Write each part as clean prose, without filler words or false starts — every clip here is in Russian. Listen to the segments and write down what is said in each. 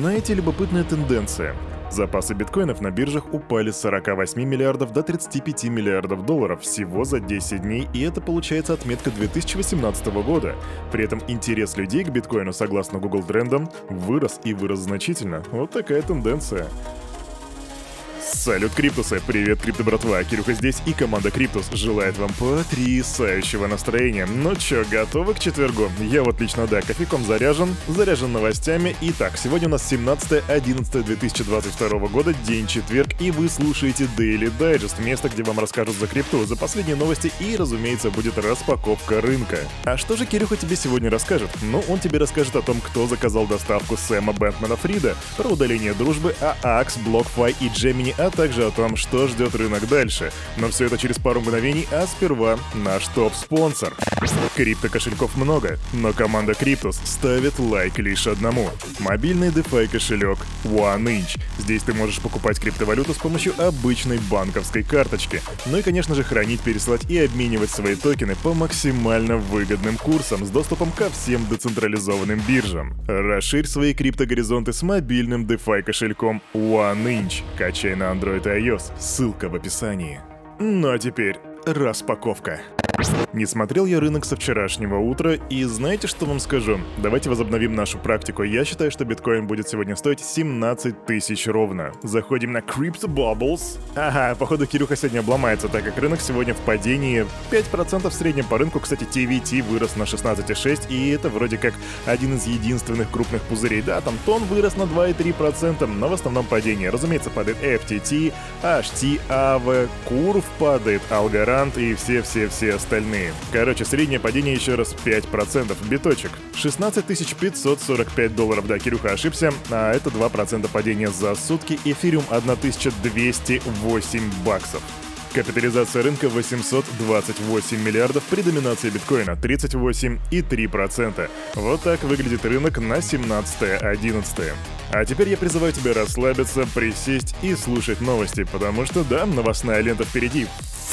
Знаете, любопытная тенденция. Запасы биткоинов на биржах упали с 48 миллиардов до 35 миллиардов долларов всего за 10 дней, и это получается отметка 2018 года. При этом интерес людей к биткоину, согласно Google трендам, вырос и вырос значительно. Вот такая тенденция. Салют, Криптусы! Привет, крипто-братва! Кирюха здесь, и команда Криптус желает вам потрясающего настроения. Ну чё, готовы к четвергу? Я вот лично, да, кофейком заряжен новостями. Итак, сегодня у нас 17.11.2022 года, день четверг, и вы слушаете Daily Digest, место, где вам расскажут за крипту, за последние новости и, разумеется, будет распаковка рынка. А что же Кирюха тебе сегодня расскажет? Ну, он тебе расскажет о том, кто заказал доставку Сэма Бэнкмана-Фрида, про удаление дружбы, AX, BlockFi и Gemini, а также о том, что ждет рынок дальше. Но все это через пару мгновений, а сперва наш топ-спонсор. Крипто-кошельков много, но команда Криптус ставит лайк лишь одному. Мобильный DeFi кошелек OneInch. Здесь ты можешь покупать криптовалюту с помощью обычной банковской карточки. Ну и, конечно же, хранить, пересылать и обменивать свои токены по максимально выгодным курсам с доступом ко всем децентрализованным биржам. Расширь свои криптогоризонты с мобильным DeFi кошельком OneInch. Качай на Android и iOS. Ссылка в описании. Ну а теперь распаковка. Не смотрел я рынок со вчерашнего утра, и знаете, что вам скажу? Давайте возобновим нашу практику. Я считаю, что биткоин будет сегодня стоить 17 тысяч ровно. Заходим на Crypto Bubbles. Ага, походу Кирюха сегодня обломается, так как рынок сегодня в падении 5% в среднем по рынку. Кстати, TVT вырос на 16,6, и это вроде как один из единственных крупных пузырей. Да, там тон вырос на 2,3%, но в основном падение. Разумеется, падает FTT, HT, AV, Curve падает, Algorand и все остальные. Короче, среднее падение еще раз 5%. Биточек. 16 545 долларов. Да, Кирюха ошибся. А это 2% падения за сутки. Эфириум 1208 баксов. Капитализация рынка 828 миллиардов при доминации биткоина 38,3%. Вот так выглядит рынок на 17.11. А теперь я призываю тебя расслабиться, присесть и слушать новости, потому что да, новостная лента впереди.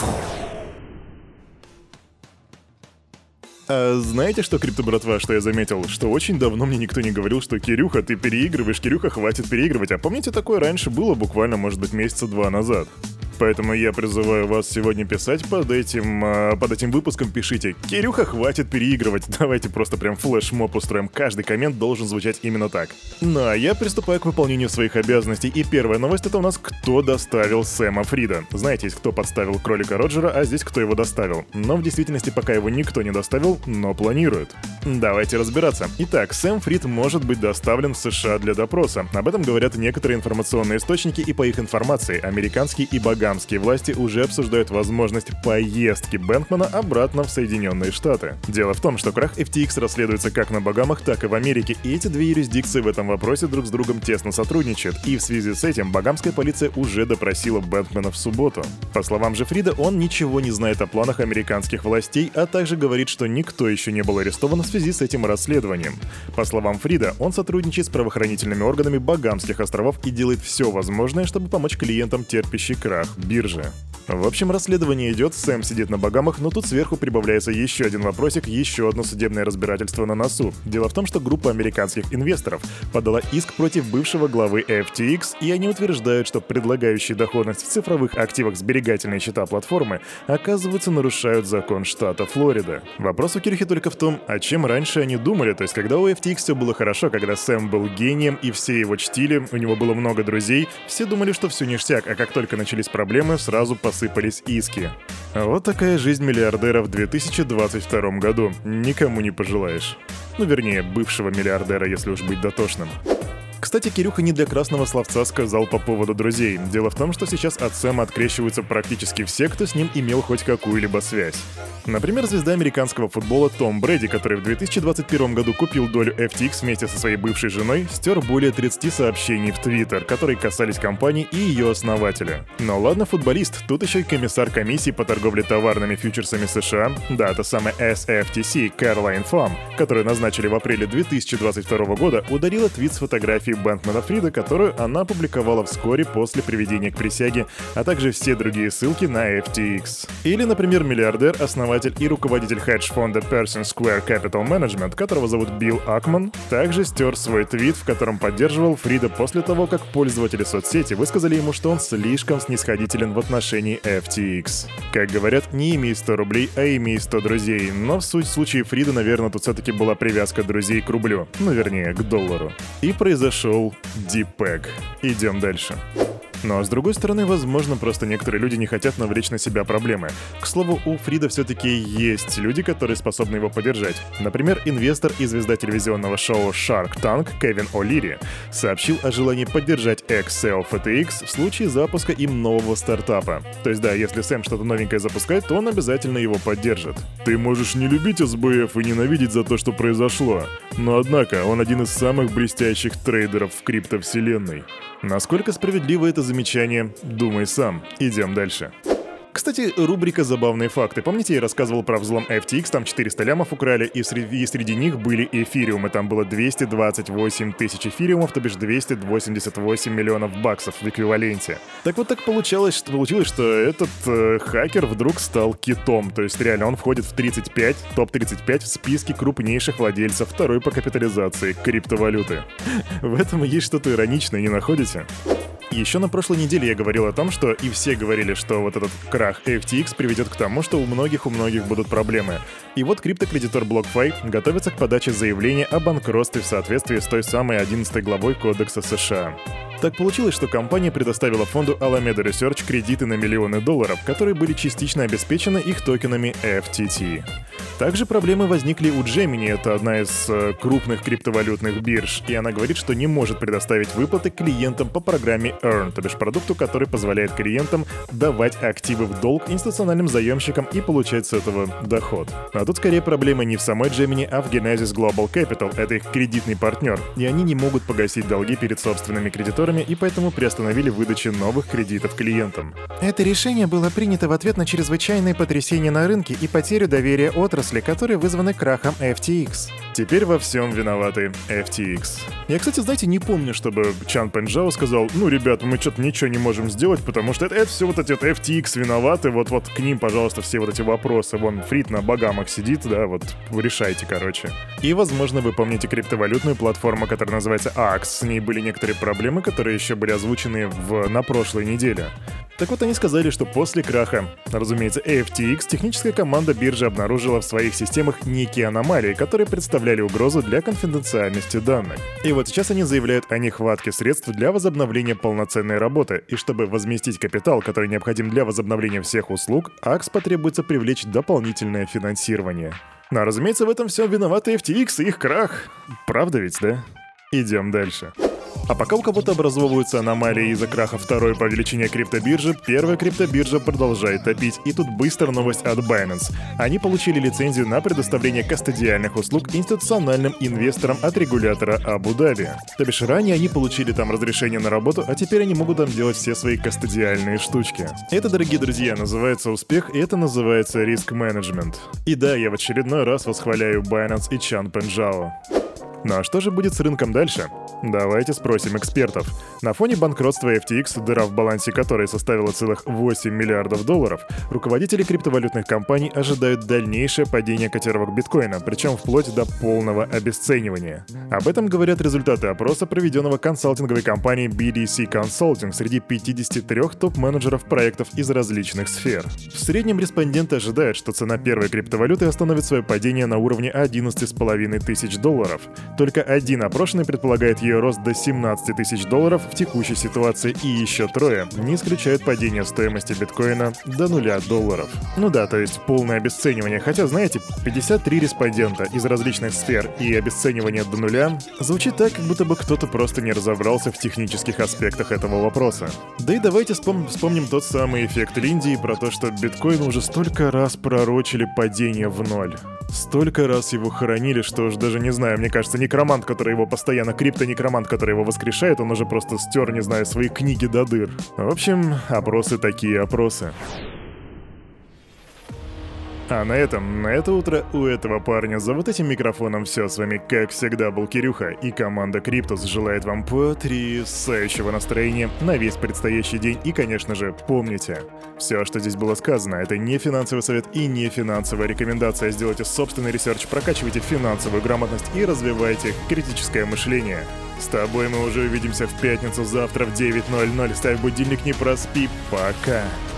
А знаете что, крипто-братва, что я заметил? Что очень давно мне никто не говорил, что «Кирюха, ты переигрываешь, Кирюха, хватит переигрывать». А помните, такое раньше было буквально, может быть, месяца 2 назад. Поэтому я призываю вас сегодня писать под этим выпуском, пишите «Кирюха, хватит переигрывать». Давайте просто прям флешмоб устроим. Каждый коммент должен звучать именно так. Ну а я приступаю к выполнению своих обязанностей. И первая новость — это у нас «Кто доставил Сэма Фрида?». Знаете, есть кто подставил кролика Роджера, а здесь кто его доставил. Но в действительности пока его никто не доставил, но планирует. Давайте разбираться. Итак, Сэм Фрид может быть доставлен в США для допроса. Об этом говорят некоторые информационные источники, и по их информации, американские и багамские власти уже обсуждают возможность поездки Бэнкмана обратно в Соединенные Штаты. Дело в том, что крах FTX расследуется как на Багамах, так и в Америке, и эти две юрисдикции в этом вопросе друг с другом тесно сотрудничают, и в связи с этим багамская полиция уже допросила Бэнкмана в субботу. По словам же Фрида, он ничего не знает о планах американских властей, а также говорит, что никто еще не был арестован в связи с этим расследованием. По словам Фрида, он сотрудничает с правоохранительными органами Багамских островов и делает все возможное, чтобы помочь клиентам, терпящим крах биржи. В общем, расследование идет, Сэм сидит на Багамах, но тут сверху прибавляется еще один вопросик, еще одно судебное разбирательство на носу. Дело в том, что группа американских инвесторов подала иск против бывшего главы FTX, и они утверждают, что предлагающие доходность в цифровых активах сберегательные счета платформы, оказывается, нарушают закон штата Флорида. Вопрос у Кирюхи только в том, о чем раньше они думали, то есть когда у FTX все было хорошо, когда Сэм был гением и все его чтили, у него было много друзей, все думали, что все ништяк, а как только начались проблемы, сразу посыпались иски. Вот такая жизнь миллиардера в 2022 году. Никому не пожелаешь. Ну, вернее, бывшего миллиардера, если уж быть дотошным. Кстати, Кирюха не для красного словца сказал по поводу друзей. Дело в том, что сейчас от Сэма открещиваются практически все, кто с ним имел хоть какую-либо связь. Например, звезда американского футбола Том Брэди, который в 2021 году купил долю FTX вместе со своей бывшей женой, стер более 30 сообщений в Твиттер, которые касались компании и ее основателя. Но ладно, футболист, тут еще и комиссар комиссии по торговле товарными фьючерсами США, да, это самая SFTC, Кэролайн Фам, которую назначили в апреле 2022 года, ударила твит с фотографией версии Бэнкмана Фрида, которую она опубликовала вскоре после приведения к присяге, а также все другие ссылки на FTX. Или, например, миллиардер, основатель и руководитель хедж-фонда Pershing Square Capital Management, которого зовут Билл Акман, также стер свой твит, в котором поддерживал Фрида после того, как пользователи соцсети высказали ему, что он слишком снисходителен в отношении FTX. Как говорят, не имей 100 рублей, а имей 100 друзей, но в случае Фрида, наверное, тут все-таки была привязка друзей к рублю, ну вернее, к доллару. И произошел дипэк. Идем дальше. Но с другой стороны, возможно, просто некоторые люди не хотят навлечь на себя проблемы. К слову, у Фрида все-таки есть люди, которые способны его поддержать. Например, инвестор и звезда телевизионного шоу Shark Tank Кевин О'Лири сообщил о желании поддержать Excel FTX в случае запуска им нового стартапа. То есть да, если Сэм что-то новенькое запускает, то он обязательно его поддержит. Ты можешь не любить СБФ и ненавидеть за то, что произошло. Но однако, он один из самых блестящих трейдеров в криптовселенной. Насколько справедливо это замечание, думай сам. Идем дальше. Кстати, рубрика «Забавные факты». Помните, я рассказывал про взлом FTX, там 400 лямов украли, и среди них были эфириумы. Там было 228 тысяч эфириумов, то бишь 288 миллионов баксов в эквиваленте. Так вот так получилось, что этот хакер вдруг стал китом. То есть реально он входит в топ-35 в списке крупнейших владельцев второй по капитализации криптовалюты. В этом есть что-то ироничное, не находите? Еще на прошлой неделе я говорил о том, что и все говорили, что вот этот крах FTX приведет к тому, что у многих будут проблемы. И вот криптокредитор BlockFi готовится к подаче заявления о банкротстве в соответствии с той самой 11 главой Кодекса США. Так получилось, что компания предоставила фонду Alameda Research кредиты на миллионы долларов, которые были частично обеспечены их токенами FTT. Также проблемы возникли у Gemini, это одна из крупных криптовалютных бирж, и она говорит, что не может предоставить выплаты клиентам по программе Earn, то бишь продукту, который позволяет клиентам давать активы в долг институциональным заемщикам и получать с этого доход. А тут скорее проблема не в самой Gemini, а в Genesis Global Capital, это их кредитный партнер, и они не могут погасить долги перед собственными кредиторами и поэтому приостановили выдачу новых кредитов клиентам. Это решение было принято в ответ на чрезвычайные потрясения на рынке и потерю доверия отрасли, которые вызваны крахом FTX. Теперь во всем виноваты FTX. Я, кстати, знаете, не помню, чтобы Чан Пенджао сказал: ну, ребят, мы что-то ничего не можем сделать, потому что это все вот эти вот FTX виноваты, вот к ним, пожалуйста, все вот эти вопросы. Вон Фрид на Багамах сидит, да, вот вы решайте, короче. И, возможно, вы помните криптовалютную платформу, которая называется AX. С ней были некоторые проблемы, которые еще были озвучены на прошлой неделе. Так вот, они сказали, что после краха, разумеется, FTX, техническая команда биржи обнаружила в своих системах некие аномалии, которые представляли угрозу для конфиденциальности данных. И вот сейчас они заявляют о нехватке средств для возобновления полноценной работы, и чтобы возместить капитал, который необходим для возобновления всех услуг, AX потребуется привлечь дополнительное финансирование. Но, разумеется, в этом всем виноваты FTX и их крах. Правда ведь, да? Идем дальше. А пока у кого-то образовываются аномалии из-за краха второй по величине криптобиржи, первая криптобиржа продолжает топить. И тут быстро новость от Binance. Они получили лицензию на предоставление кастодиальных услуг институциональным инвесторам от регулятора Абу-Даби. То бишь ранее они получили там разрешение на работу, а теперь они могут там делать все свои кастодиальные штучки. Это, дорогие друзья, называется успех, и это называется риск-менеджмент. И да, я в очередной раз восхваляю Binance и Чан Пенджао. Ну а что же будет с рынком дальше? Давайте спросим экспертов. На фоне банкротства FTX, дыра в балансе которой составила целых 8 миллиардов долларов, руководители криптовалютных компаний ожидают дальнейшее падение котировок биткоина, причем вплоть до полного обесценивания. Об этом говорят результаты опроса, проведенного консалтинговой компанией BDC Consulting среди 53 топ-менеджеров проектов из различных сфер. В среднем респонденты ожидают, что цена первой криптовалюты остановит свое падение на уровне 11,5 тысяч долларов. Только один опрошенный предполагает ее рост до 17 тысяч долларов в текущей ситуации, и еще трое не исключают падение стоимости биткоина до $0. Ну да, то есть полное обесценивание, хотя, знаете, 53 респондента из различных сфер и обесценивание до нуля звучит так, как будто бы кто-то просто не разобрался в технических аспектах этого вопроса. Да и давайте вспомним тот самый эффект Линди про то, что биткоин уже столько раз пророчили падение в ноль. Столько раз его хоронили, что уж даже не знаю, мне кажется, некромант, который его постоянно, криптонекромант, который его воскрешает, он уже просто стер, не знаю, свои книги до дыр. В общем, опросы такие опросы. А на это утро у этого парня за вот этим микрофоном все. С вами, как всегда, был Кирюха, и команда Криптус желает вам потрясающего настроения на весь предстоящий день. И, конечно же, помните, все, что здесь было сказано, это не финансовый совет и не финансовая рекомендация. Сделайте собственный ресерч, прокачивайте финансовую грамотность и развивайте критическое мышление. С тобой мы уже увидимся в пятницу завтра в 9:00. Ставь будильник, не проспи. Пока.